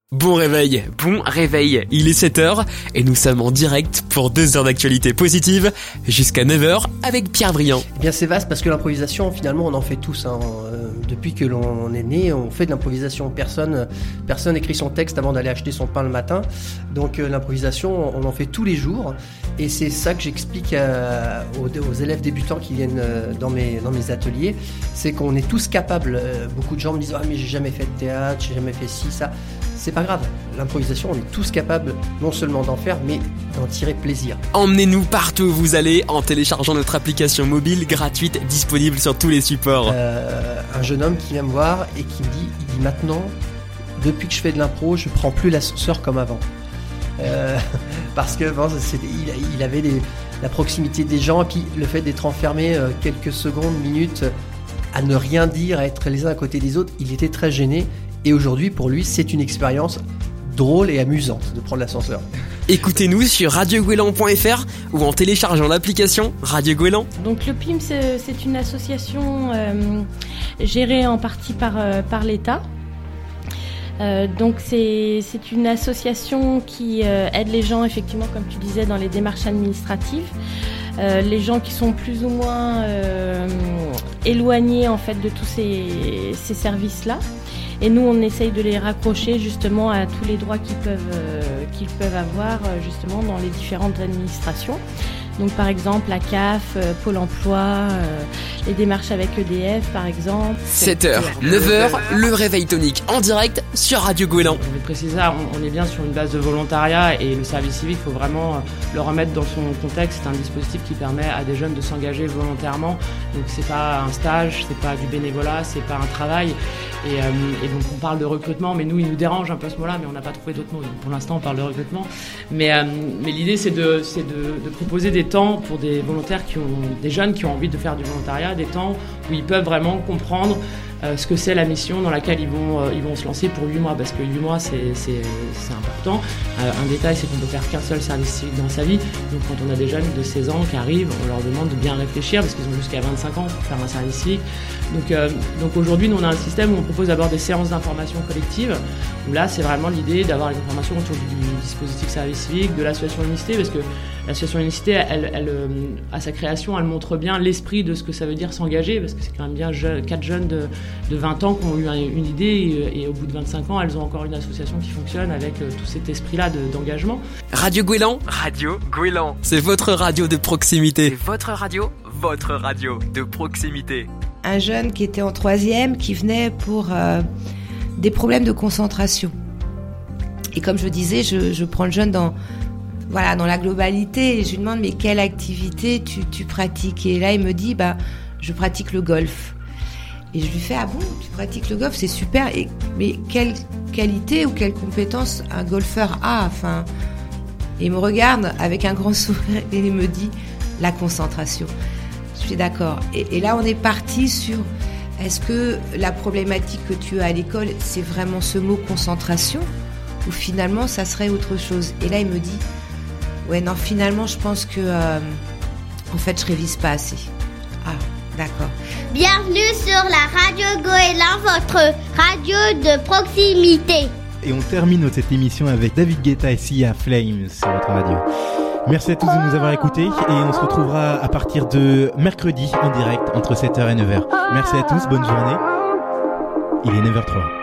Bon réveil, il est 7h et nous sommes en direct pour 2 heures d'actualité positive jusqu'à 9h avec Pierre Briand. Eh bien c'est vaste parce que l'improvisation finalement on en fait tous. Depuis que l'on est né on fait de l'improvisation. Personne écrit son texte avant d'aller acheter son pain le matin. Donc l'improvisation on en fait tous les jours et c'est ça que j'explique aux élèves débutants qui viennent dans mes ateliers. C'est qu'on est tous capables. Beaucoup de gens me disent mais j'ai jamais fait de théâtre, j'ai jamais fait ci, ça. C'est pas grave, l'improvisation, on est tous capables non seulement d'en faire, mais d'en tirer plaisir. Emmenez-nous partout où vous allez en téléchargeant notre application mobile gratuite, disponible sur tous les supports. Un jeune homme qui vient me voir et qui me dit maintenant, depuis que je fais de l'impro, je prends plus l'ascenseur comme avant. Parce que il avait la proximité des gens, et puis le fait d'être enfermé quelques secondes, minutes, à ne rien dire, à être les uns à côté des autres, il était très gêné. Et aujourd'hui, pour lui, c'est une expérience drôle et amusante de prendre l'ascenseur. Écoutez-nous sur radiogouélan.fr ou en téléchargeant l'application Radio Gouélan. Donc le PIM, c'est une association gérée en partie par l'État. Donc c'est une association qui aide les gens, effectivement, comme tu disais, dans les démarches administratives. Les gens qui sont plus ou moins éloignés en fait de tous ces services-là. Et nous, on essaye de les raccrocher justement à tous les droits qu'ils peuvent avoir justement dans les différentes administrations. Donc par exemple la CAF, Pôle emploi, les démarches avec EDF par exemple. 7h, 9h, le réveil tonique en direct sur Radio Gouélan. Je vais préciser ça, on est bien sur une base de volontariat et le service civique, il faut vraiment le remettre dans son contexte. C'est un dispositif qui permet à des jeunes de s'engager volontairement. Donc c'est pas un stage, c'est pas du bénévolat, c'est pas un travail. Et donc on parle de recrutement, mais nous il nous dérange un peu ce mot-là, mais on n'a pas trouvé d'autres mots. Donc pour l'instant on parle de recrutement. Mais l'idée c'est de proposer des temps pour des volontaires des jeunes qui ont envie de faire du volontariat, des temps où ils peuvent vraiment comprendre ce que c'est la mission dans laquelle ils vont se lancer pour 8 mois, parce que 8 mois c'est important. Un détail, c'est qu'on ne peut faire qu'un seul service civique dans sa vie. Donc quand on a des jeunes de 16 ans qui arrivent, on leur demande de bien réfléchir parce qu'ils ont jusqu'à 25 ans pour faire un service civique. Donc aujourd'hui, nous on a un système où on propose d'abord des séances d'information collective, où là c'est vraiment l'idée d'avoir les informations autour du dispositif service civique, de l'association Unicité, parce que l'association Unicité, elle à sa création, elle montre bien l'esprit de ce que ça veut dire s'engager, parce que c'est quand même bien 4 jeunes de 20 ans qui ont eu une idée et au bout de 25 ans, elles ont encore une association qui fonctionne avec tout cet esprit-là d'engagement. Radio Gouélan, c'est votre radio de proximité. C'est votre radio de proximité. Un jeune qui était en 3e, qui venait pour des problèmes de concentration. Et comme je disais, je prends le jeune dans la globalité et je lui demande mais quelle activité tu pratiques? Et là il me dit je pratique le golf. Et je lui fais bon, tu pratiques le golf, c'est super. Mais quelle qualité ou quelle compétence un golfeur a? Et il me regarde avec un grand sourire et il me dit la concentration. Je suis d'accord. Et là on est parti sur est-ce que la problématique que tu as à l'école c'est vraiment ce mot concentration ou finalement ça serait autre chose? Et là il me dit ouais non, finalement je pense que en fait je révise pas assez. Ah d'accord. Bienvenue sur la Radio Gouélan, votre radio de proximité. Et on termine cette émission avec David Guetta et Sia Flames sur votre radio. Merci à tous de nous avoir écoutés et on se retrouvera à partir de mercredi en direct entre 7h et 9h. Merci à tous, bonne journée. Il est 9h03.